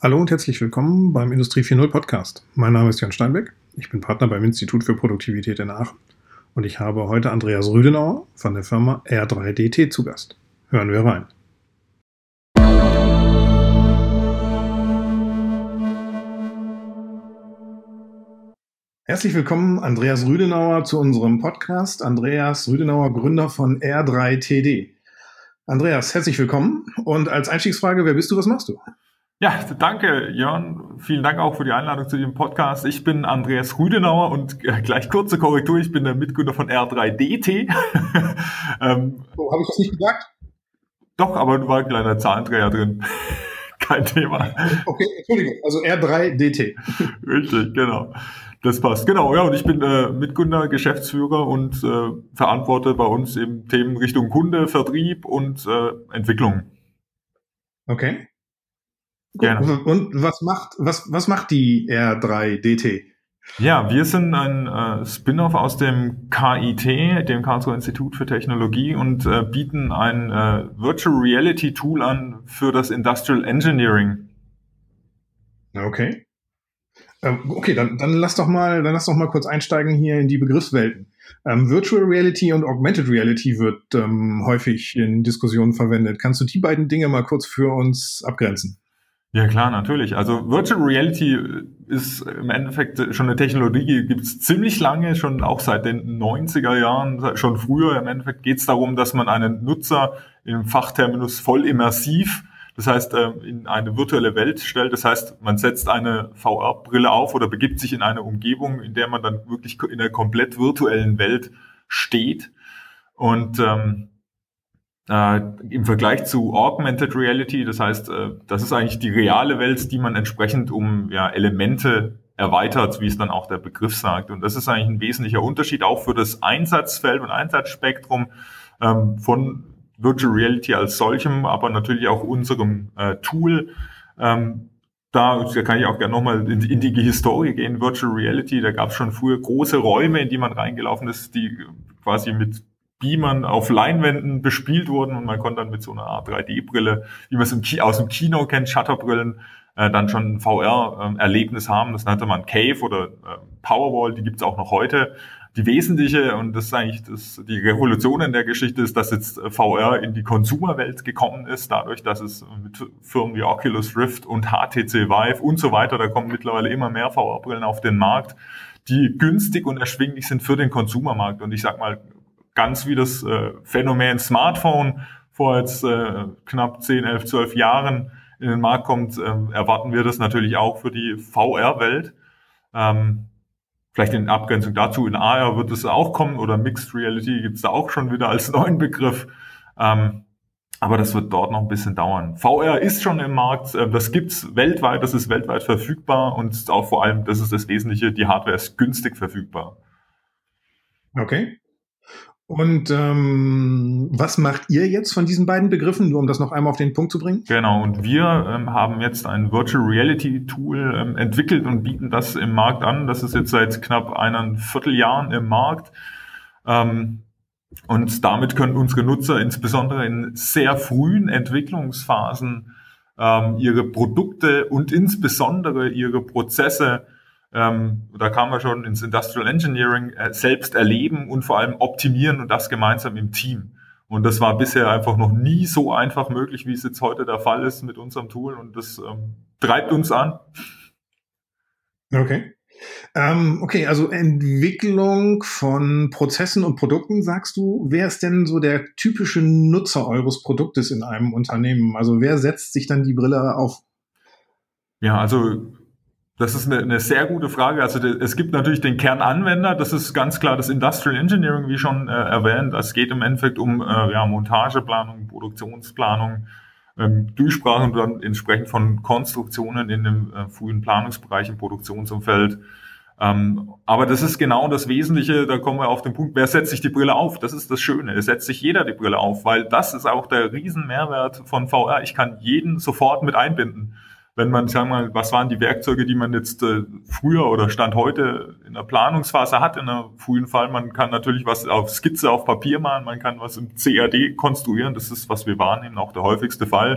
Hallo und herzlich willkommen beim Industrie 4.0 Podcast. Mein Name ist Jan Steinbeck. Ich bin Partner beim Institut für Produktivität in Aachen und ich habe heute Andreas Rüdenauer von der Firma R3DT zu Gast. Hören wir rein. Herzlich willkommen, Andreas Rüdenauer, zu unserem Podcast. Andreas Rüdenauer, Gründer von R3TD. Andreas, herzlich willkommen. Und als Einstiegsfrage, wer bist du, was machst du? Ja, danke, Jörn. Vielen Dank auch für die Einladung zu diesem Podcast. Ich bin Andreas Rüdenauer und gleich kurze Korrektur, ich bin der Mitgründer von R3DT. So, habe ich das nicht gesagt? Doch, aber war ein kleiner Zahlendreher drin. Kein Thema. Okay, Entschuldigung, also R3DT. Richtig, genau. Das passt. Genau, ja, und ich bin Mitgründer, Geschäftsführer und verantworte bei uns eben Themen Richtung Kunde, Vertrieb und Entwicklung. Okay. Gerne. Und was macht die R3DT? Ja, wir sind ein Spin-off aus dem KIT, dem Karlsruher Institut für Technologie, und bieten ein Virtual Reality Tool an für das Industrial Engineering. Okay. Okay, dann lass doch mal kurz einsteigen hier in die Begriffswelten. Virtual Reality und Augmented Reality wird häufig in Diskussionen verwendet. Kannst du die beiden Dinge mal kurz für uns abgrenzen? Ja, klar, natürlich. Also Virtual Reality ist im Endeffekt schon eine Technologie, die gibt es ziemlich lange, schon auch seit den 90er Jahren, schon früher. Im Endeffekt geht es darum, dass man einen Nutzer im Fachterminus voll immersiv, das heißt in eine virtuelle Welt stellt. Das heißt, man setzt eine VR-Brille auf oder begibt sich in eine Umgebung, in der man dann wirklich in einer komplett virtuellen Welt steht. Und im Vergleich zu Augmented Reality, das heißt, das ist eigentlich die reale Welt, die man entsprechend um Elemente erweitert, wie es dann auch der Begriff sagt. Und das ist eigentlich ein wesentlicher Unterschied auch für das Einsatzfeld und Einsatzspektrum von Virtual Reality als solchem, aber natürlich auch unserem Tool. Da kann ich auch gerne nochmal in die Historie gehen. Virtual Reality, da gab es schon früher große Räume, in die man reingelaufen ist, die quasi mit Beamern auf Leinwänden bespielt wurden, und man konnte dann mit so einer Art 3D-Brille, wie man es aus dem Kino kennt, Shutterbrillen, dann schon ein VR-Erlebnis haben. Das nannte man Cave oder Powerwall, die gibt's auch noch heute. Die wesentliche, und das ist eigentlich die Revolution in der Geschichte, ist, dass jetzt VR in die Consumerwelt gekommen ist, dadurch, dass es mit Firmen wie Oculus Rift und HTC Vive und so weiter, da kommen mittlerweile immer mehr VR-Brillen auf den Markt, die günstig und erschwinglich sind für den Konsumermarkt. Und ich sag mal, ganz wie das Phänomen Smartphone vor jetzt knapp 10, 11, 12 Jahren in den Markt kommt, erwarten wir das natürlich auch für die VR-Welt. Vielleicht in Abgrenzung dazu, in AR wird es auch kommen, oder Mixed Reality gibt es da auch schon wieder als neuen Begriff. Aber das wird dort noch ein bisschen dauern. VR ist schon im Markt, das gibt's weltweit, das ist weltweit verfügbar, und auch vor allem, das ist das Wesentliche, die Hardware ist günstig verfügbar. Okay. Und was macht ihr jetzt von diesen beiden Begriffen, nur um das noch einmal auf den Punkt zu bringen? Genau, und wir haben jetzt ein Virtual Reality Tool entwickelt und bieten das im Markt an. Das ist jetzt seit knapp 1,25 Jahren im Markt. Und damit können unsere Nutzer insbesondere in sehr frühen Entwicklungsphasen ihre Produkte und insbesondere ihre Prozesse, da kamen wir schon ins Industrial Engineering, selbst erleben und vor allem optimieren, und das gemeinsam im Team. Und das war bisher einfach noch nie so einfach möglich, wie es jetzt heute der Fall ist mit unserem Tool, und das treibt uns an. Okay. Okay, also Entwicklung von Prozessen und Produkten, sagst du. Wer ist denn so der typische Nutzer eures Produktes in einem Unternehmen? Also wer setzt sich dann die Brille auf? Ja, also das ist eine sehr gute Frage. Also es gibt natürlich den Kernanwender, das ist ganz klar das Industrial Engineering, wie schon erwähnt. Es geht im Endeffekt um Montageplanung, Produktionsplanung, Durchsprache und dann entsprechend von Konstruktionen in dem frühen Planungsbereich im Produktionsumfeld. Aber das ist genau das Wesentliche, da kommen wir auf den Punkt, wer setzt sich die Brille auf? Das ist das Schöne, es setzt sich jeder die Brille auf, weil das ist auch der Riesenmehrwert von VR. Ich kann jeden sofort mit einbinden. Wenn man, sagen wir mal, was waren die Werkzeuge, die man jetzt früher oder Stand heute in der Planungsphase hat, in einer frühen Fall, man kann natürlich was auf Skizze, auf Papier malen, man kann was im CAD konstruieren, das ist, was wir wahrnehmen, auch der häufigste Fall.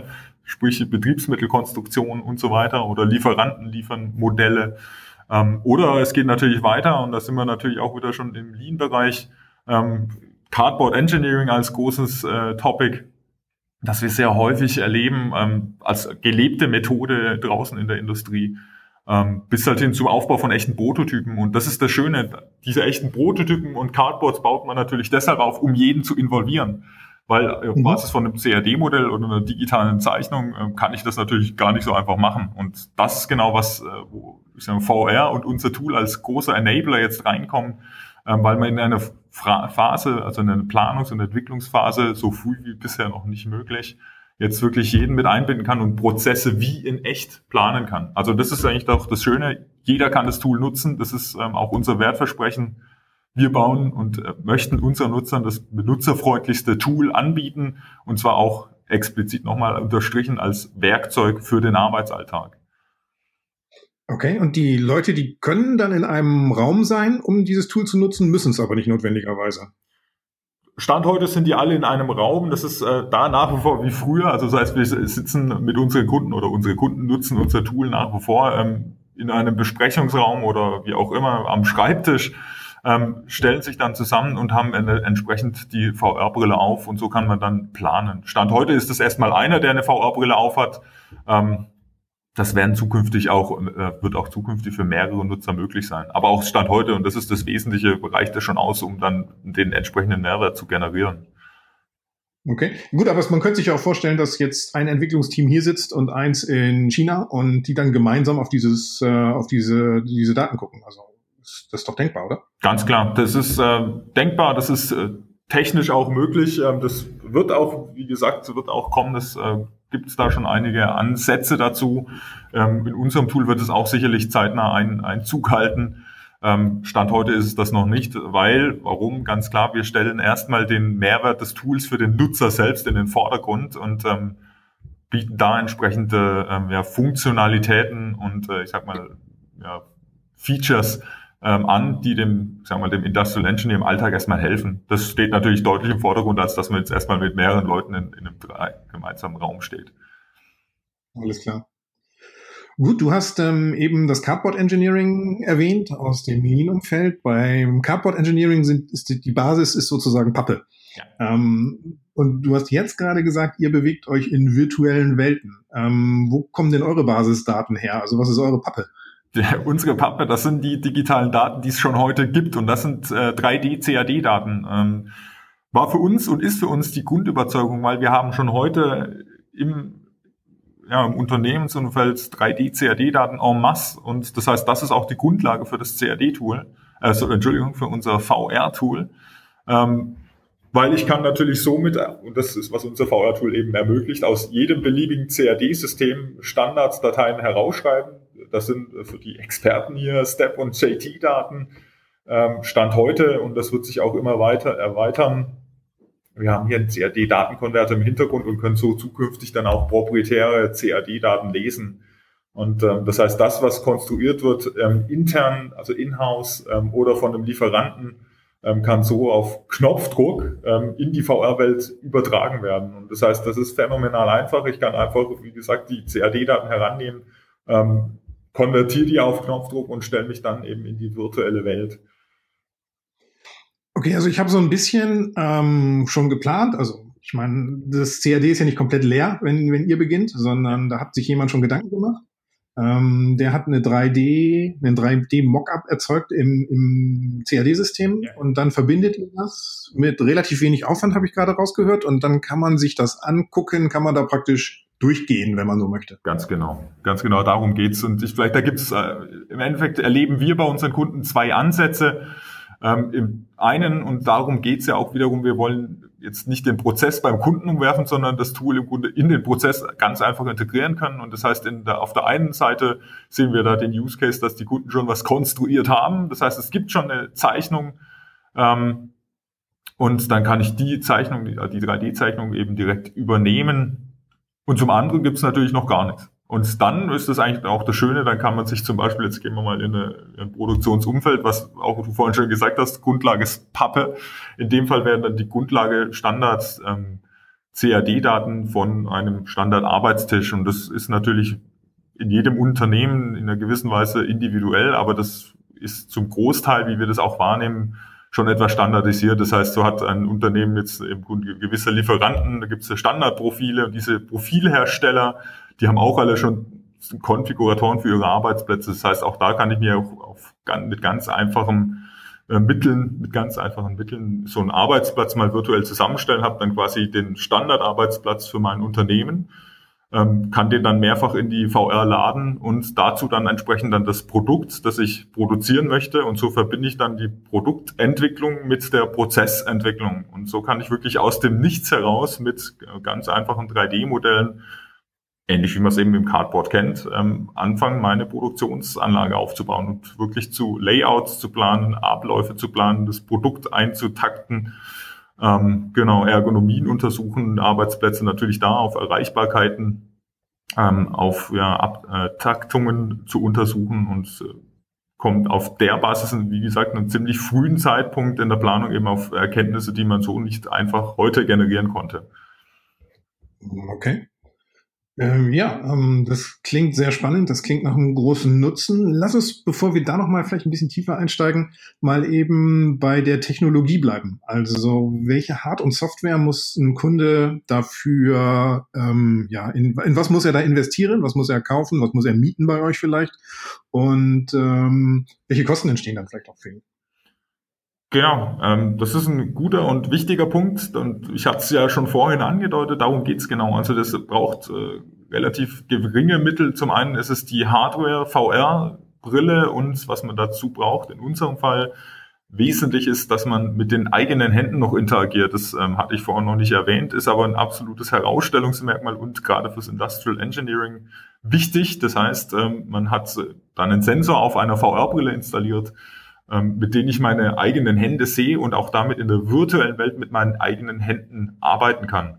sprich Betriebsmittelkonstruktion und so weiter, oder Lieferanten liefern Modelle. Oder es geht natürlich weiter, und da sind wir natürlich auch wieder schon im Lean-Bereich, Cardboard Engineering als großes Topic, das wir sehr häufig erleben als gelebte Methode draußen in der Industrie, bis halt hin zum Aufbau von echten Prototypen. Und das ist das Schöne, diese echten Prototypen und Cardboards baut man natürlich deshalb auf, um jeden zu involvieren. Weil auf Basis von einem CAD-Modell oder einer digitalen Zeichnung kann ich das natürlich gar nicht so einfach machen. Und das ist genau was, wo ich sage, VR und unser Tool als großer Enabler jetzt reinkommen, weil man in einer Phase, also in einer Planungs- und Entwicklungsphase, so früh wie bisher noch nicht möglich, jetzt wirklich jeden mit einbinden kann und Prozesse wie in echt planen kann. Also das ist eigentlich auch das Schöne. Jeder kann das Tool nutzen. Das ist auch unser Wertversprechen. Wir bauen und möchten unseren Nutzern das benutzerfreundlichste Tool anbieten, und zwar auch explizit nochmal unterstrichen als Werkzeug für den Arbeitsalltag. Okay, und die Leute, die können dann in einem Raum sein, um dieses Tool zu nutzen, müssen es aber nicht notwendigerweise. Stand heute sind die alle in einem Raum. Das ist da nach wie vor wie früher. Also das heißt, wir sitzen mit unseren Kunden oder unsere Kunden nutzen unser Tool nach wie vor in einem Besprechungsraum oder wie auch immer am Schreibtisch, stellen sich dann zusammen und haben entsprechend die VR-Brille auf, und so kann man dann planen. Stand heute ist es erstmal einer, der eine VR-Brille aufhat. Das wird auch zukünftig für mehrere Nutzer möglich sein. Aber auch Stand heute, und das ist das Wesentliche, reicht das schon aus, um dann den entsprechenden Mehrwert zu generieren. Okay, gut, aber man könnte sich ja auch vorstellen, dass jetzt ein Entwicklungsteam hier sitzt und eins in China und die dann gemeinsam auf diese Daten gucken. Also das ist doch denkbar, oder? Ganz klar, das ist denkbar, das ist technisch auch möglich. Das wird auch, wie gesagt, kommen. Das gibt es da schon einige Ansätze dazu. In unserem Tool wird es auch sicherlich zeitnah Einzug halten. Stand heute ist es das noch nicht, warum? Ganz klar, wir stellen erstmal den Mehrwert des Tools für den Nutzer selbst in den Vordergrund und bieten da entsprechende Funktionalitäten und Features an, die dem Industrial Engineer im Alltag erstmal helfen. Das steht natürlich deutlich im Vordergrund, als dass man jetzt erstmal mit mehreren Leuten in einem gemeinsamen Raum steht. Alles klar. Gut, du hast eben das Cardboard Engineering erwähnt aus dem Lean-Umfeld. Beim Cardboard Engineering die Basis ist sozusagen Pappe. Ja. Und du hast jetzt gerade gesagt, ihr bewegt euch in virtuellen Welten. Wo kommen denn eure Basisdaten her? Also was ist eure Pappe? Unsere Pappe, das sind die digitalen Daten, die es schon heute gibt, und das sind 3D-CAD-Daten. War für uns und ist für uns die Grundüberzeugung, weil wir haben schon heute im Unternehmensumfeld 3D-CAD-Daten en masse, und das heißt, das ist auch die Grundlage für das CAD-Tool, für unser VR-Tool, weil ich kann natürlich somit, und das ist, was unser VR-Tool eben ermöglicht, aus jedem beliebigen CAD-System Standardsdateien herausschreiben. Das sind für die Experten hier Step- und JT-Daten, Stand heute, und das wird sich auch immer weiter erweitern. Wir haben hier einen CAD-Datenkonverter im Hintergrund und können so zukünftig dann auch proprietäre CAD-Daten lesen. Und das heißt, das, was konstruiert wird, intern, also in-house oder von einem Lieferanten, kann so auf Knopfdruck in die VR-Welt übertragen werden. Und das heißt, das ist phänomenal einfach. Ich kann einfach, wie gesagt, die CAD-Daten herannehmen, konvertiere die auf Knopfdruck und stelle mich dann eben in die virtuelle Welt. Okay, also ich habe so ein bisschen schon geplant. Also ich meine, das CAD ist ja nicht komplett leer, wenn ihr beginnt, sondern da hat sich jemand schon Gedanken gemacht. Der hat einen 3D-Mockup erzeugt im CAD-System, ja. Und dann verbindet ihr das mit relativ wenig Aufwand, habe ich gerade rausgehört, und dann kann man sich das angucken, kann man da praktisch durchgehen, wenn man so möchte. Ganz genau, darum geht's. Und da gibt's im Endeffekt erleben wir bei unseren Kunden zwei Ansätze. Im einen, und darum geht's ja auch wiederum, wir wollen jetzt nicht den Prozess beim Kunden umwerfen, sondern das Tool im Grunde in den Prozess ganz einfach integrieren können. Und das heißt, auf der einen Seite sehen wir da den Use Case, dass die Kunden schon was konstruiert haben. Das heißt, es gibt schon eine Zeichnung, und dann kann ich die 3D-Zeichnung eben direkt übernehmen. Und zum anderen gibt's natürlich noch gar nichts. Und dann ist das eigentlich auch das Schöne, dann kann man sich zum Beispiel, jetzt gehen wir mal in ein Produktionsumfeld, was auch du vorhin schon gesagt hast, Grundlage ist Pappe. In dem Fall werden dann die Grundlage Standards CAD-Daten von einem Standardarbeitstisch. Und das ist natürlich in jedem Unternehmen in einer gewissen Weise individuell, aber das ist zum Großteil, wie wir das auch wahrnehmen, schon etwas standardisiert. Das heißt, so hat ein Unternehmen jetzt im Grunde gewisse Lieferanten, da gibt es Standardprofile und diese Profilhersteller, die haben auch alle schon Konfiguratoren für ihre Arbeitsplätze. Das heißt, auch da kann ich mir auch mit ganz einfachen Mitteln so einen Arbeitsplatz mal virtuell zusammenstellen, habe dann quasi den Standardarbeitsplatz für mein Unternehmen, kann den dann mehrfach in die VR laden und dazu dann entsprechend dann das Produkt, das ich produzieren möchte, und so verbinde ich dann die Produktentwicklung mit der Prozessentwicklung und so kann ich wirklich aus dem Nichts heraus mit ganz einfachen 3D-Modellen, ähnlich wie man es eben im Cardboard kennt, anfangen, meine Produktionsanlage aufzubauen und wirklich zu Layouts zu planen, Abläufe zu planen, das Produkt einzutakten, Ergonomien untersuchen, Arbeitsplätze natürlich da auf Erreichbarkeiten, auf Taktungen zu untersuchen und kommt auf der Basis, wie gesagt, einen ziemlich frühen Zeitpunkt in der Planung eben auf Erkenntnisse, die man so nicht einfach heute generieren konnte. Okay. Das klingt sehr spannend, das klingt nach einem großen Nutzen. Lass uns, bevor wir da nochmal vielleicht ein bisschen tiefer einsteigen, mal eben bei der Technologie bleiben. Also welche Hard- und Software muss ein Kunde dafür, in was muss er da investieren, was muss er kaufen, was muss er mieten bei euch vielleicht und welche Kosten entstehen dann vielleicht auch für ihn? Genau, das ist ein guter und wichtiger Punkt und ich hatte es ja schon vorhin angedeutet, darum geht's genau. Also das braucht relativ geringe Mittel. Zum einen ist es die Hardware, VR-Brille und was man dazu braucht, in unserem Fall wesentlich ist, dass man mit den eigenen Händen noch interagiert. Das hatte ich vorhin noch nicht erwähnt, ist aber ein absolutes Herausstellungsmerkmal und gerade fürs Industrial Engineering wichtig. Das heißt, man hat dann einen Sensor auf einer VR-Brille installiert, mit denen ich meine eigenen Hände sehe und auch damit in der virtuellen Welt mit meinen eigenen Händen arbeiten kann.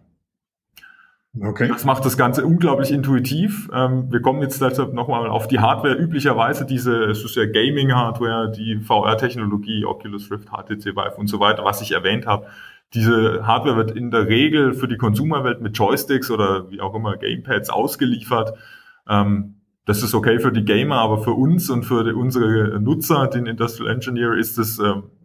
Okay. Das macht das Ganze unglaublich intuitiv. Wir kommen jetzt deshalb nochmal auf die Hardware. Üblicherweise es ist ja Gaming-Hardware, die VR-Technologie, Oculus Rift, HTC Vive und so weiter, was ich erwähnt habe. Diese Hardware wird in der Regel für die Consumerwelt mit Joysticks oder wie auch immer Gamepads ausgeliefert. Das ist okay für die Gamer, aber für uns und für unsere Nutzer, den Industrial Engineer, ist es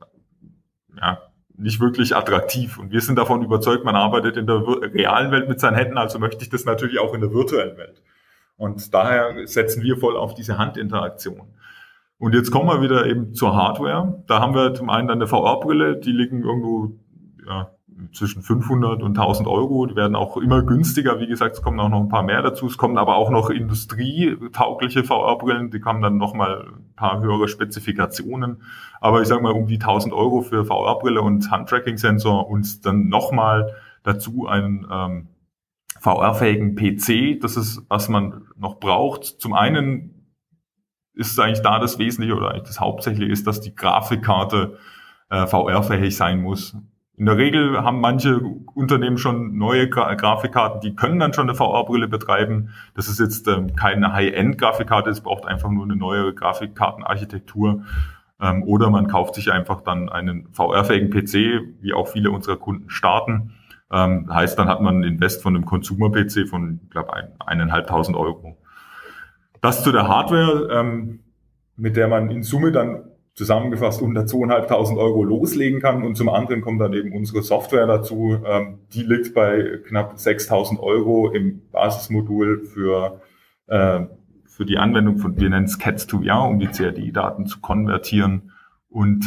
nicht wirklich attraktiv. Und wir sind davon überzeugt, man arbeitet in der realen Welt mit seinen Händen, also möchte ich das natürlich auch in der virtuellen Welt. Und daher setzen wir voll auf diese Handinteraktion. Und jetzt kommen wir wieder eben zur Hardware. Da haben wir zum einen dann eine VR-Brille, die liegen irgendwo zwischen 500 und 1000 Euro. Die werden auch immer günstiger. Wie gesagt, es kommen auch noch ein paar mehr dazu. Es kommen aber auch noch industrietaugliche VR-Brillen. Die haben dann nochmal ein paar höhere Spezifikationen. Aber ich sage mal um die 1000 Euro für VR-Brille und Handtracking-Sensor und dann nochmal dazu einen VR-fähigen PC. Das ist, was man noch braucht. Zum einen ist es eigentlich da das Wesentliche oder eigentlich das Hauptsächliche ist, dass die Grafikkarte VR-fähig sein muss. In der Regel haben manche Unternehmen schon neue Grafikkarten, die können dann schon eine VR-Brille betreiben. Das ist jetzt keine High-End-Grafikkarte, es braucht einfach nur eine neue Grafikkartenarchitektur. Oder man kauft sich einfach dann einen VR-fähigen PC, wie auch viele unserer Kunden starten. Heißt, dann hat man einen Invest von einem Consumer-PC von, ich glaube, 1.500 Euro. Das zu der Hardware, mit der man in Summe dann zusammengefasst unter 2.500 Euro loslegen kann. Und zum anderen kommt dann eben unsere Software dazu. Die liegt bei knapp 6.000 Euro im Basismodul für die Anwendung von, wir nennen es CAD2VR, um die CAD-Daten zu konvertieren und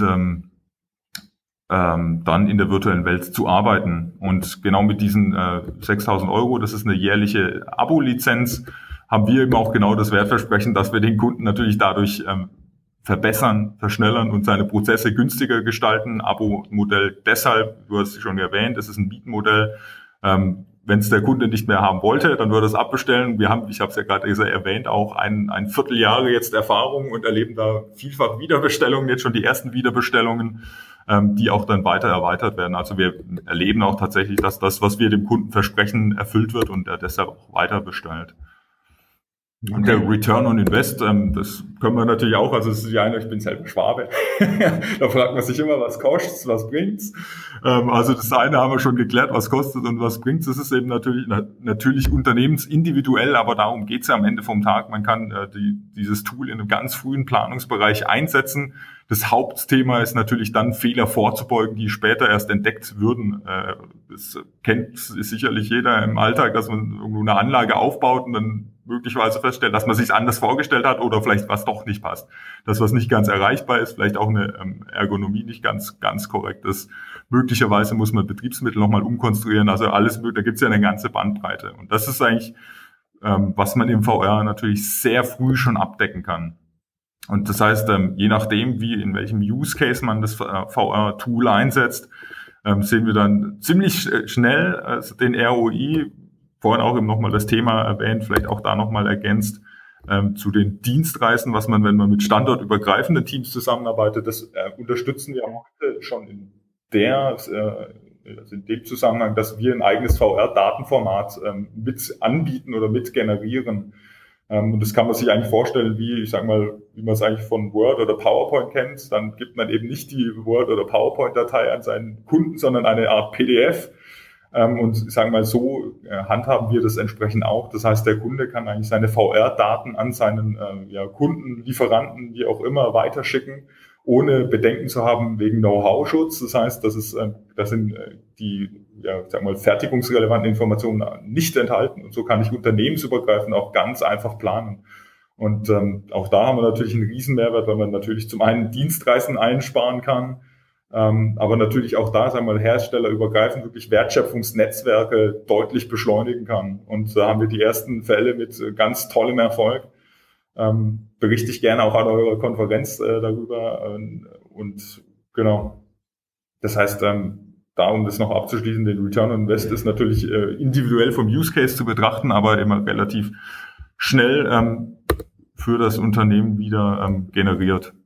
dann in der virtuellen Welt zu arbeiten. Und genau mit diesen 6.000 Euro, das ist eine jährliche Abo-Lizenz, haben wir eben auch genau das Wertversprechen, dass wir den Kunden natürlich dadurch verbessern, verschnellern und seine Prozesse günstiger gestalten. Abo-Modell deshalb, du hast es schon erwähnt, es ist ein Mietenmodell. Wenn es der Kunde nicht mehr haben wollte, dann würde er es abbestellen. Wir haben, ich habe es ja gerade erwähnt, auch ein Vierteljahre jetzt Erfahrung und erleben da vielfach Wiederbestellungen, jetzt schon die ersten Wiederbestellungen, die auch dann weiter erweitert werden. Also wir erleben auch tatsächlich, dass das, was wir dem Kunden versprechen, erfüllt wird und er deshalb auch weiter bestellt. Und der Return on Invest, das können wir natürlich auch, also es ist ja einer, ich bin selber Schwabe, da fragt man sich immer, was kostet's, was bringt's? Also das eine haben wir schon geklärt, was kostet und was bringt's. Das ist eben natürlich unternehmensindividuell, aber darum geht's ja am Ende vom Tag. Man kann dieses Tool in einem ganz frühen Planungsbereich einsetzen. Das Hauptthema ist natürlich dann, Fehler vorzubeugen, die später erst entdeckt würden. Das kennt sicherlich jeder im Alltag, dass man irgendwo eine Anlage aufbaut und dann möglicherweise feststellt, dass man sich anders vorgestellt hat oder vielleicht was doch nicht passt. Das, was nicht ganz erreichbar ist, vielleicht auch eine Ergonomie nicht ganz korrekt ist. Möglicherweise muss man Betriebsmittel nochmal umkonstruieren. Also alles, da gibt es ja eine ganze Bandbreite. Und das ist eigentlich, was man im VR natürlich sehr früh schon abdecken kann. Und das heißt, je nachdem, in welchem Use Case man das VR-Tool einsetzt, sehen wir dann ziemlich schnell den ROI. Vorhin auch eben nochmal das Thema erwähnt, vielleicht auch da nochmal ergänzt, zu den Dienstreisen, was man, wenn man mit standortübergreifenden Teams zusammenarbeitet, das unterstützen wir heute schon in dem Zusammenhang, dass wir ein eigenes VR-Datenformat mit anbieten oder mit generieren. Und das kann man sich eigentlich vorstellen, wie man es eigentlich von Word oder PowerPoint kennt. Dann gibt man eben nicht die Word- oder PowerPoint-Datei an seinen Kunden, sondern eine Art PDF. Und so handhaben wir das entsprechend auch. Das heißt, der Kunde kann eigentlich seine VR-Daten an seinen Kunden, Lieferanten, wie auch immer, weiterschicken, ohne Bedenken zu haben wegen Know-how-Schutz. Das heißt, das sind die fertigungsrelevanten Informationen nicht enthalten. Und so kann ich unternehmensübergreifend auch ganz einfach planen. Und auch da haben wir natürlich einen Riesenmehrwert, weil man natürlich zum einen Dienstreisen einsparen kann, aber natürlich auch da, herstellerübergreifend wirklich Wertschöpfungsnetzwerke deutlich beschleunigen kann. Und da haben wir die ersten Fälle mit ganz tollem Erfolg. Berichte ich gerne auch an eurer Konferenz darüber. Und genau. Das heißt, da, um das noch abzuschließen, den Return on Invest ist natürlich individuell vom Use Case zu betrachten, aber immer relativ schnell für das Unternehmen wieder generiert.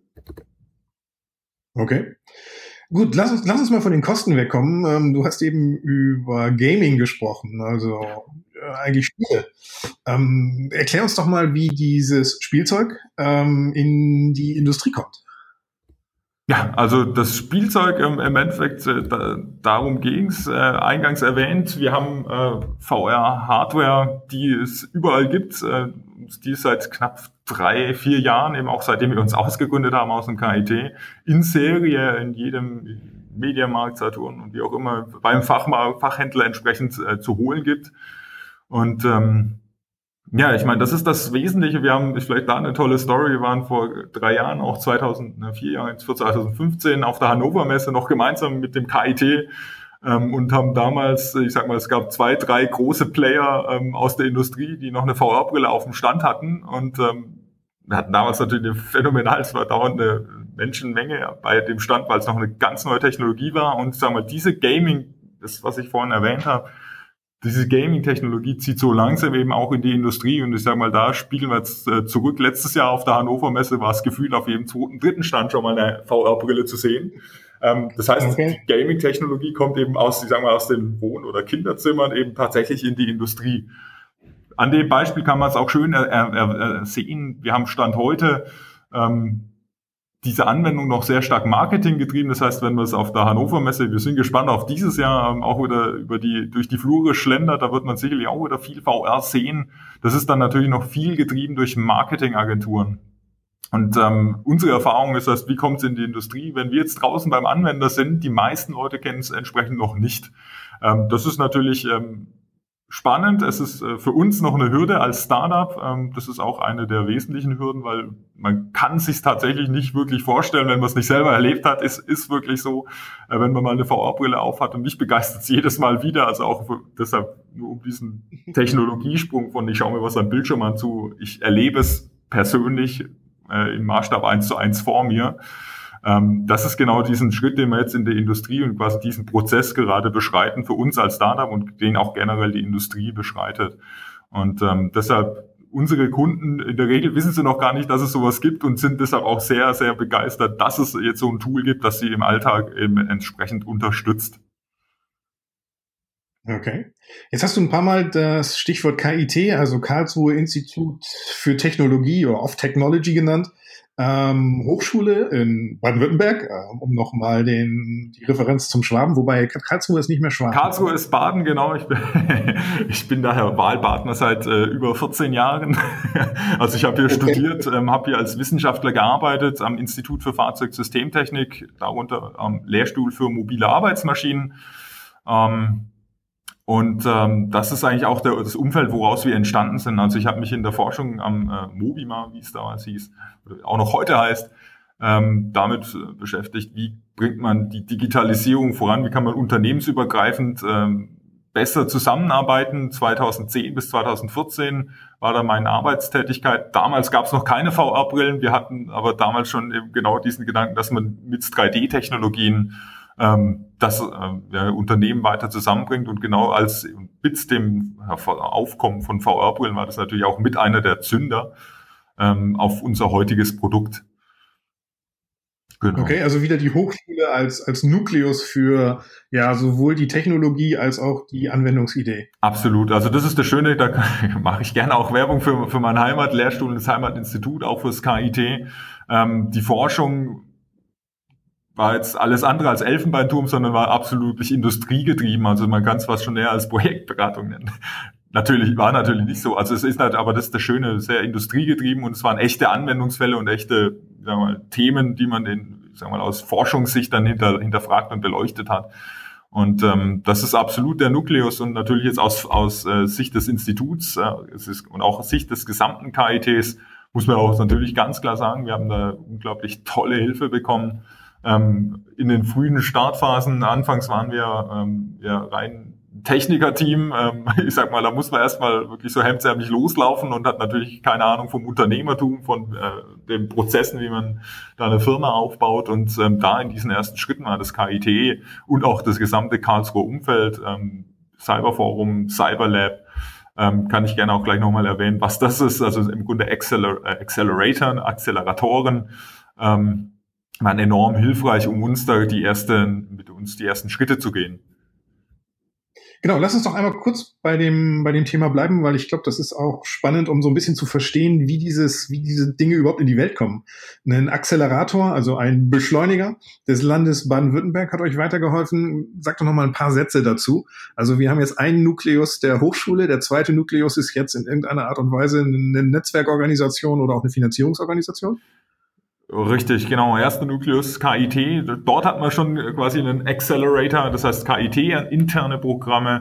Okay. Gut, lass uns mal von den Kosten wegkommen. Du hast eben über Gaming gesprochen, also eigentlich Spiele. Erklär uns doch mal, wie dieses Spielzeug in die Industrie kommt. Ja, also das Spielzeug im Endeffekt, darum ging's, eingangs erwähnt. Wir haben VR-Hardware, die es überall gibt, die es seit knapp 3-4 Jahren, eben auch seitdem wir uns ausgegründet haben aus dem KIT, in Serie in jedem Mediamarkt, Saturn und wie auch immer beim Fachhändler entsprechend zu holen gibt. Und ja, ich meine, das ist das Wesentliche. Wir haben vielleicht da eine tolle Story. Wir waren vor 3 Jahren, auch 2015 auf der Hannover Messe noch gemeinsam mit dem KIT und haben damals, es gab 2, 3 große Player aus der Industrie, die noch eine VR-Brille auf dem Stand hatten und wir hatten damals natürlich eine phänomenal, es war dauernd eine Menschenmenge bei dem Stand, weil es noch eine ganz neue Technologie war und diese Gaming, das was ich vorhin erwähnt habe, diese Gaming-Technologie zieht so langsam eben auch in die Industrie und da spiegeln wir jetzt zurück. Letztes Jahr auf der Hannover Messe war es gefühlt auf jedem 2., 3. Stand schon mal eine VR-Brille zu sehen. Das heißt, Die Gaming-Technologie kommt eben aus den Wohn- oder Kinderzimmern eben tatsächlich in die Industrie. An dem Beispiel kann man es auch schön sehen. Wir haben Stand heute diese Anwendung noch sehr stark Marketing getrieben. Das heißt, wenn wir es auf der Hannover Messe, wir sind gespannt auf dieses Jahr, auch wieder durch die Flure schlendert, da wird man sicherlich auch wieder viel VR sehen. Das ist dann natürlich noch viel getrieben durch Marketingagenturen. Und unsere Erfahrung ist, wie kommt es in die Industrie? Wenn wir jetzt draußen beim Anwender sind, die meisten Leute kennen es entsprechend noch nicht. Das ist natürlich spannend. Es ist für uns noch eine Hürde als Startup. Das ist auch eine der wesentlichen Hürden, weil man kann sich tatsächlich nicht wirklich vorstellen, wenn man es nicht selber erlebt hat. Es ist wirklich so, wenn man mal eine VR-Brille aufhat und mich begeistert es jedes Mal wieder. Also auch deshalb nur um diesen Technologiesprung von ich schaue mir was am Bildschirm an zu, ich erlebe es persönlich im Maßstab 1:1 vor mir. Das ist genau diesen Schritt, den wir jetzt in der Industrie und quasi diesen Prozess gerade beschreiten für uns als Startup und den auch generell die Industrie beschreitet. Und deshalb unsere Kunden in der Regel wissen sie noch gar nicht, dass es sowas gibt und sind deshalb auch sehr, sehr begeistert, dass es jetzt so ein Tool gibt, das sie im Alltag eben entsprechend unterstützt. Okay. Jetzt hast du ein paar Mal das Stichwort KIT, also Karlsruhe Institut für Technologie oder of Technology genannt. Hochschule in Baden-Württemberg, um nochmal die Referenz zum Schwaben, wobei Karlsruhe ist nicht mehr Schwaben. Karlsruhe ist Baden, genau. Ich bin daher Wahlpartner seit über 14 Jahren. Also ich habe hier studiert, habe hier als Wissenschaftler gearbeitet am Institut für Fahrzeugsystemtechnik, darunter am Lehrstuhl für mobile Arbeitsmaschinen. Das ist eigentlich auch das Umfeld, woraus wir entstanden sind. Also ich habe mich in der Forschung am Mobima, wie es damals hieß, auch noch heute heißt, damit beschäftigt, wie bringt man die Digitalisierung voran, wie kann man unternehmensübergreifend besser zusammenarbeiten. 2010 bis 2014 war da meine Arbeitstätigkeit. Damals gab es noch keine VR-Brillen, wir hatten aber damals schon eben genau diesen Gedanken, dass man mit 3D-Technologien das Unternehmen weiter zusammenbringt, und genau mit dem Aufkommen von VR-Brillen war das natürlich auch mit einer der Zünder auf unser heutiges Produkt. Genau. Okay, also wieder die Hochschule als Nukleus für ja sowohl die Technologie als auch die Anwendungsidee. Absolut, also das ist das Schöne, da mache ich gerne auch Werbung für meinen Heimatlehrstuhl, das Heimatinstitut, auch fürs KIT. Die Forschung war jetzt alles andere als Elfenbeinturm, sondern war absolut industriegetrieben. Also man kann es fast schon eher als Projektberatung nennen. War natürlich nicht so. Also es ist halt, aber das ist das Schöne, sehr industriegetrieben, und es waren echte Anwendungsfälle und echte, sagen wir mal, Themen, die man aus Forschungssicht dann hinterfragt und beleuchtet hat. Und das ist absolut der Nukleus, und natürlich jetzt aus Sicht des Instituts und auch aus Sicht des gesamten KITs muss man auch natürlich ganz klar sagen, wir haben da unglaublich tolle Hilfe bekommen. In den frühen Startphasen, anfangs waren wir rein Techniker-Team. Ich sag mal, da muss man erstmal wirklich so hemdsärmlich loslaufen und hat natürlich keine Ahnung vom Unternehmertum, von den Prozessen, wie man da eine Firma aufbaut. Und da in diesen ersten Schritten war das KIT und auch das gesamte Karlsruher Umfeld, Cyberforum, Cyberlab, kann ich gerne auch gleich nochmal erwähnen, was das ist. Also im Grunde Acceleratoren, waren enorm hilfreich, um uns da die ersten Schritte zu gehen. Genau, lass uns doch einmal kurz bei dem Thema bleiben, weil ich glaube, das ist auch spannend, um so ein bisschen zu verstehen, wie diese Dinge überhaupt in die Welt kommen. Ein Accelerator, also ein Beschleuniger des Landes Baden-Württemberg, hat euch weitergeholfen. Sagt doch noch mal ein paar Sätze dazu. Also wir haben jetzt einen Nukleus der Hochschule, der zweite Nukleus ist jetzt in irgendeiner Art und Weise eine Netzwerkorganisation oder auch eine Finanzierungsorganisation. Richtig, genau. Erster Nukleus KIT. Dort hat man schon quasi einen Accelerator, das heißt KIT, interne Programme,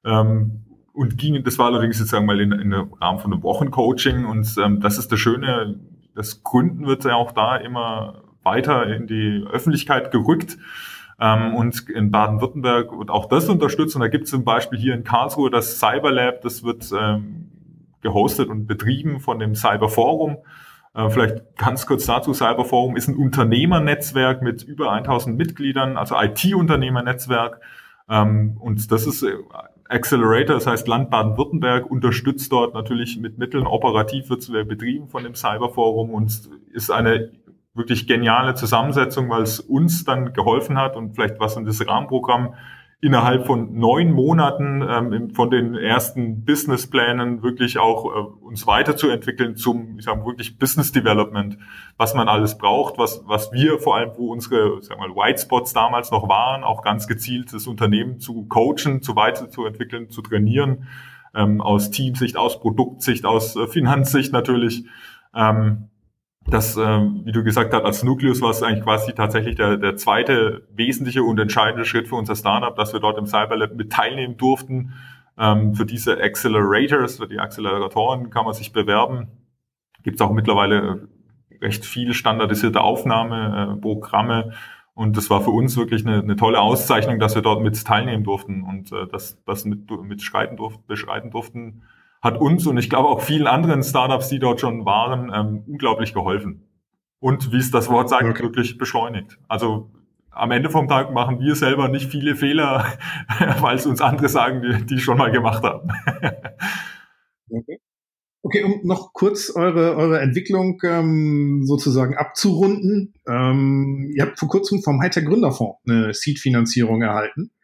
das war allerdings jetzt sagen wir mal in Rahmen von einem Wochencoaching, und das ist das Schöne, das Gründen wird ja auch da immer weiter in die Öffentlichkeit gerückt. Und in Baden-Württemberg wird auch das unterstützt, und da gibt es zum Beispiel hier in Karlsruhe das Cyberlab, das wird gehostet und betrieben von dem Cyberforum. Vielleicht ganz kurz dazu, Cyberforum ist ein Unternehmernetzwerk mit über 1000 Mitgliedern, also IT-Unternehmernetzwerk. Und das ist Accelerator, das heißt Land Baden-Württemberg unterstützt dort natürlich mit Mitteln, operativ wird es betrieben von dem Cyberforum, und ist eine wirklich geniale Zusammensetzung, weil es uns dann geholfen hat, und vielleicht was in das Rahmenprogramm innerhalb von 9 Monaten von den ersten Businessplänen wirklich auch uns weiterzuentwickeln zum, ich sage wirklich Business Development, was man alles braucht, was wir vor allem, wo unsere, sagen wir mal, White Spots damals noch waren, auch ganz gezielt das Unternehmen zu coachen, weiterzuentwickeln, zu trainieren, aus Teamsicht, aus Produktsicht, aus Finanzsicht natürlich. Das, wie du gesagt hast, als Nukleus war es eigentlich quasi tatsächlich der zweite wesentliche und entscheidende Schritt für unser Startup, dass wir dort im Cyberlab mit teilnehmen durften. Für diese Accelerators, für die Acceleratoren kann man sich bewerben. Gibt es auch mittlerweile recht viele standardisierte Aufnahmeprogramme. Und das war für uns wirklich eine tolle Auszeichnung, dass wir dort mit teilnehmen durften und das mit beschreiten durften. Hat uns und ich glaube auch vielen anderen Startups, die dort schon waren, unglaublich geholfen. Und wie es das Wort sagt, wirklich beschleunigt. Also am Ende vom Tag machen wir selber nicht viele Fehler, weil es uns andere sagen, die schon mal gemacht haben. Okay, um noch kurz eure Entwicklung sozusagen abzurunden. Ihr habt vor kurzem vom Hightech Gründerfonds eine Seed-Finanzierung erhalten.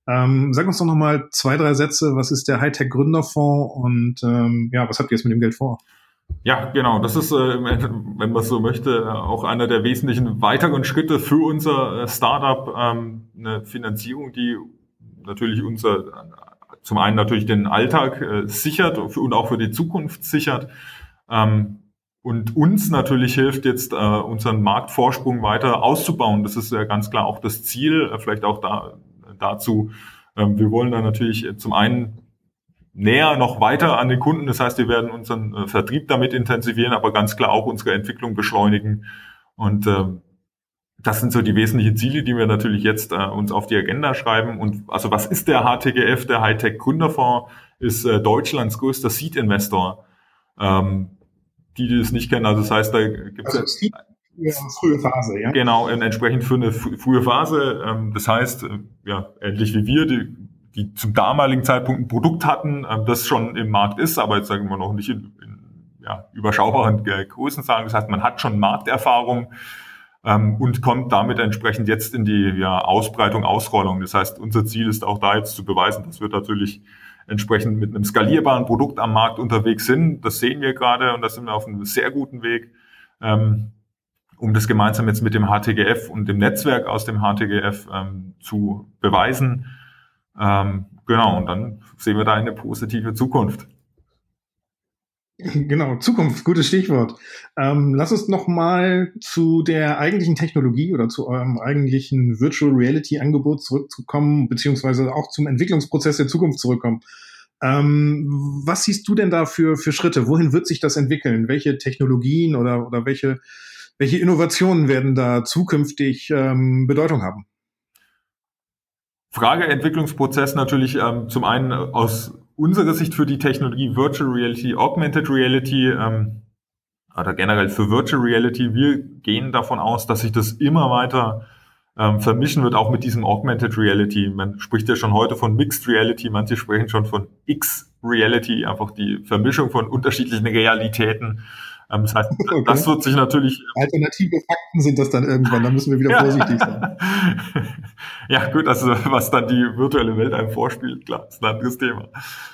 Sag uns doch noch mal 2, 3 Sätze. Was ist der Hightech-Gründerfonds und was habt ihr jetzt mit dem Geld vor? Ja, genau. Das ist, wenn man es so möchte, auch einer der wesentlichen weiteren Schritte für unser Startup. Eine Finanzierung, die natürlich zum einen natürlich den Alltag sichert und auch für die Zukunft sichert. Und uns natürlich hilft jetzt, unseren Marktvorsprung weiter auszubauen. Das ist ja ganz klar auch das Ziel, vielleicht auch dazu. Wir wollen da natürlich zum einen näher noch weiter an den Kunden. Das heißt, wir werden unseren Vertrieb damit intensivieren, aber ganz klar auch unsere Entwicklung beschleunigen. Und das sind so die wesentlichen Ziele, die wir natürlich jetzt uns auf die Agenda schreiben. Und also was ist der HTGF? Der Hightech Gründerfonds ist Deutschlands größter Seed-Investor. Die das nicht kennen, also das heißt, da gibt es eine frühe Phase, ja? Genau, entsprechend für eine frühe Phase. Das heißt, ähnlich wie wir, die zum damaligen Zeitpunkt ein Produkt hatten, das schon im Markt ist, aber jetzt sagen wir noch nicht in überschaubaren Größenzahlen. Das heißt, man hat schon Markterfahrung und kommt damit entsprechend jetzt in die Ausbreitung, Ausrollung. Das heißt, unser Ziel ist auch da jetzt zu beweisen, dass wir natürlich entsprechend mit einem skalierbaren Produkt am Markt unterwegs sind. Das sehen wir gerade und da sind wir auf einem sehr guten Weg, um das gemeinsam jetzt mit dem HTGF und dem Netzwerk aus dem HTGF zu beweisen. Genau, und dann sehen wir da eine positive Zukunft. Genau, Zukunft, gutes Stichwort. Lass uns noch mal zu der eigentlichen Technologie oder zu eurem eigentlichen Virtual Reality Angebot zurückzukommen, beziehungsweise auch zum Entwicklungsprozess der Zukunft zurückkommen. Was siehst du denn da für Schritte? Wohin wird sich das entwickeln? Welche Technologien oder welche Innovationen werden da zukünftig Bedeutung haben? Frage Entwicklungsprozess natürlich zum einen aus unserer Sicht für die Technologie Virtual Reality, Augmented Reality oder generell für Virtual Reality. Wir gehen davon aus, dass sich das immer weiter vermischen wird, auch mit diesem Augmented Reality. Man spricht ja schon heute von Mixed Reality, manche sprechen schon von X-Reality, einfach die Vermischung von unterschiedlichen Realitäten. Das heißt, okay. Das wird sich natürlich... Alternative Fakten sind das dann irgendwann, da müssen wir wieder vorsichtig sein. Ja gut, also was dann die virtuelle Welt einem vorspielt, klar, ist ein anderes Thema.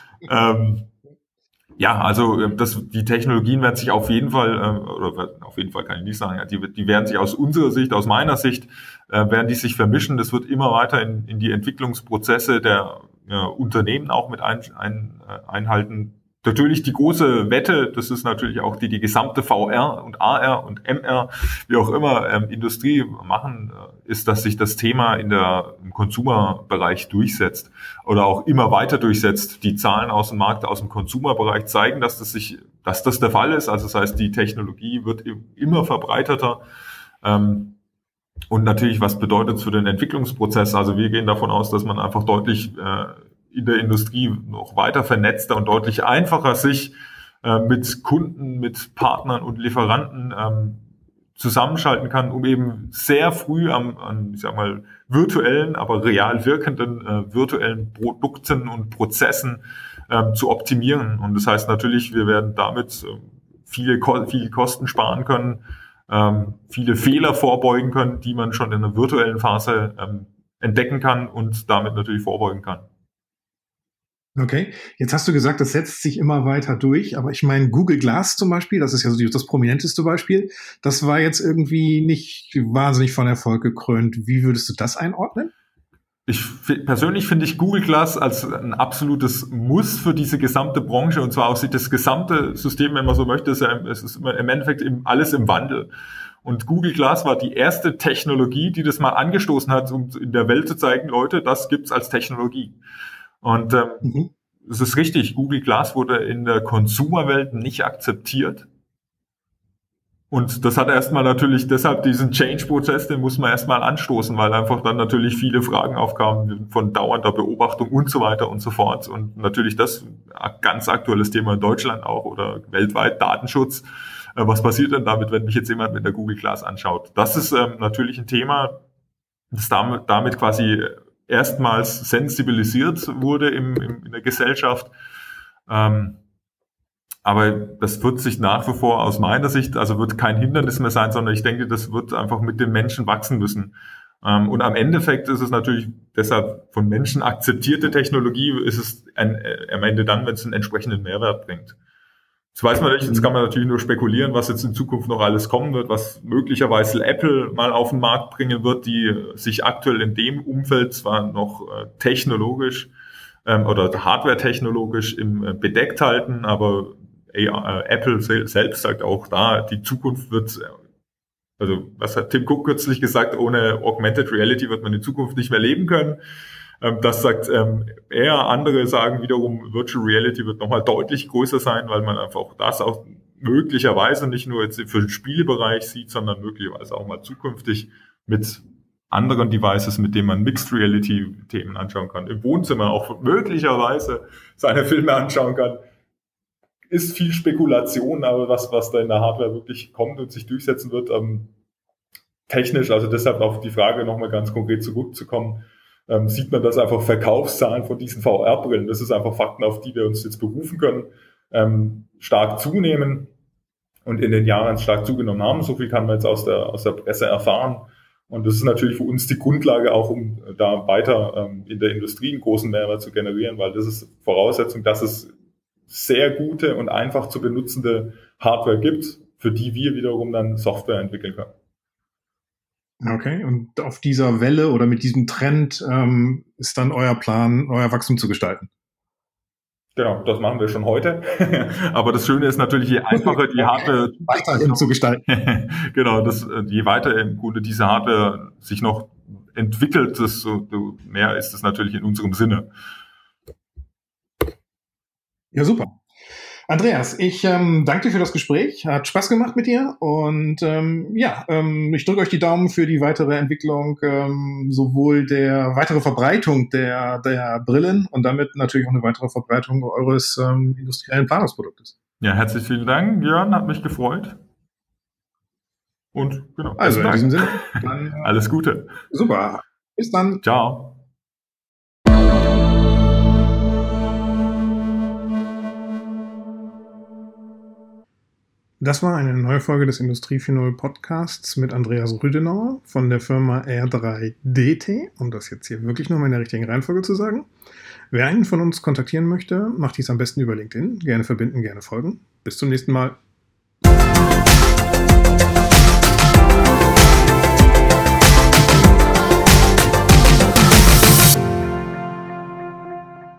Die Technologien werden sich auf jeden Fall, oder auf jeden Fall kann ich nicht sagen, die werden sich aus unserer Sicht, aus meiner Sicht, werden die sich vermischen. Das wird immer weiter in die Entwicklungsprozesse der Unternehmen auch mit einhalten. Natürlich die große Wette, das ist natürlich auch die gesamte VR und AR und MR, wie auch immer, Industrie machen, ist, dass sich das Thema im Consumer-Bereich durchsetzt oder auch immer weiter durchsetzt. Die Zahlen aus dem Markt, aus dem Consumer-Bereich zeigen, dass das der Fall ist. Also das heißt, die Technologie wird immer verbreiterter. Und natürlich, was bedeutet es für den Entwicklungsprozess? Also wir gehen davon aus, dass man einfach deutlich in der Industrie noch weiter vernetzter und deutlich einfacher sich mit Kunden, mit Partnern und Lieferanten zusammenschalten kann, um eben sehr früh an ich sag mal, virtuellen, aber real wirkenden virtuellen Produkten und Prozessen zu optimieren. Und das heißt natürlich, wir werden damit viele Kosten sparen können, viele Fehler vorbeugen können, die man schon in der virtuellen Phase entdecken kann und damit natürlich vorbeugen kann. Okay, jetzt hast du gesagt, das setzt sich immer weiter durch, aber ich meine, Google Glass zum Beispiel, das ist ja so das prominenteste Beispiel, das war jetzt irgendwie nicht wahnsinnig von Erfolg gekrönt. Wie würdest du das einordnen? Persönlich finde ich Google Glass als ein absolutes Muss für diese gesamte Branche und zwar auch das gesamte System, wenn man so möchte, es ist im Endeffekt alles im Wandel. Und Google Glass war die erste Technologie, die das mal angestoßen hat, um in der Welt zu zeigen, Leute, das gibt's als Technologie. Und es ist richtig, Google Glass wurde in der Consumer-Welt nicht akzeptiert. Und das hat erstmal natürlich deshalb diesen Change-Prozess, den muss man erstmal anstoßen, weil einfach dann natürlich viele Fragen aufkamen von dauernder Beobachtung und so weiter und so fort. Und natürlich das ganz aktuelles Thema in Deutschland auch oder weltweit, Datenschutz. Was passiert denn damit, wenn mich jetzt jemand mit der Google Glass anschaut? Das ist natürlich ein Thema, das damit quasi erstmals sensibilisiert wurde in der Gesellschaft. Aber das wird sich nach wie vor aus meiner Sicht, also wird kein Hindernis mehr sein, sondern ich denke, das wird einfach mit den Menschen wachsen müssen. Und am Endeffekt ist es natürlich deshalb von Menschen akzeptierte Technologie, ist es am Ende dann, wenn es einen entsprechenden Mehrwert bringt. Das weiß man nicht, jetzt kann man natürlich nur spekulieren, was jetzt in Zukunft noch alles kommen wird, was möglicherweise Apple mal auf den Markt bringen wird, die sich aktuell in dem Umfeld zwar noch technologisch oder hardware-technologisch bedeckt halten, aber Apple selbst sagt auch da, die Zukunft wird, also was hat Tim Cook kürzlich gesagt, ohne Augmented Reality wird man in Zukunft nicht mehr leben können. Das sagt er. Andere sagen wiederum, Virtual Reality wird nochmal deutlich größer sein, weil man einfach das auch möglicherweise nicht nur jetzt für den Spielebereich sieht, sondern möglicherweise auch mal zukünftig mit anderen Devices, mit denen man Mixed Reality Themen anschauen kann, im Wohnzimmer auch möglicherweise seine Filme anschauen kann. Ist viel Spekulation, aber was da in der Hardware wirklich kommt und sich durchsetzen wird, technisch, also deshalb auf die Frage nochmal ganz konkret zurückzukommen, sieht man, dass einfach Verkaufszahlen von diesen VR-Brillen, das ist einfach Fakten, auf die wir uns jetzt berufen können, stark zunehmen und in den Jahren stark zugenommen haben. So viel kann man jetzt aus der Presse erfahren. Und das ist natürlich für uns die Grundlage auch, um da weiter in der Industrie einen großen Mehrwert zu generieren, weil das ist Voraussetzung, dass es sehr gute und einfach zu benutzende Hardware gibt, für die wir wiederum dann Software entwickeln können. Okay, und auf dieser Welle oder mit diesem Trend ist dann euer Plan, euer Wachstum zu gestalten? Genau, das machen wir schon heute. Aber das Schöne ist natürlich, je einfacher die Hardware weiterhin zu gestalten. Genau, je weiter im Grunde diese Hardware sich noch entwickelt, desto mehr ist es natürlich in unserem Sinne. Ja, super. Andreas, ich danke dir für das Gespräch. Hat Spaß gemacht mit dir und ich drücke euch die Daumen für die weitere Entwicklung, sowohl der weitere Verbreitung der Brillen und damit natürlich auch eine weitere Verbreitung eures industriellen Planungsproduktes. Ja, herzlich vielen Dank, Jörn, hat mich gefreut. Und genau. Also in diesem Sinne. Dann, alles Gute. Super. Bis dann. Ciao. Das war eine neue Folge des Industrie 4.0 Podcasts mit Andreas Rüdenauer von der Firma R3DT, um das jetzt hier wirklich nochmal in der richtigen Reihenfolge zu sagen. Wer einen von uns kontaktieren möchte, macht dies am besten über LinkedIn. Gerne verbinden, gerne folgen. Bis zum nächsten Mal.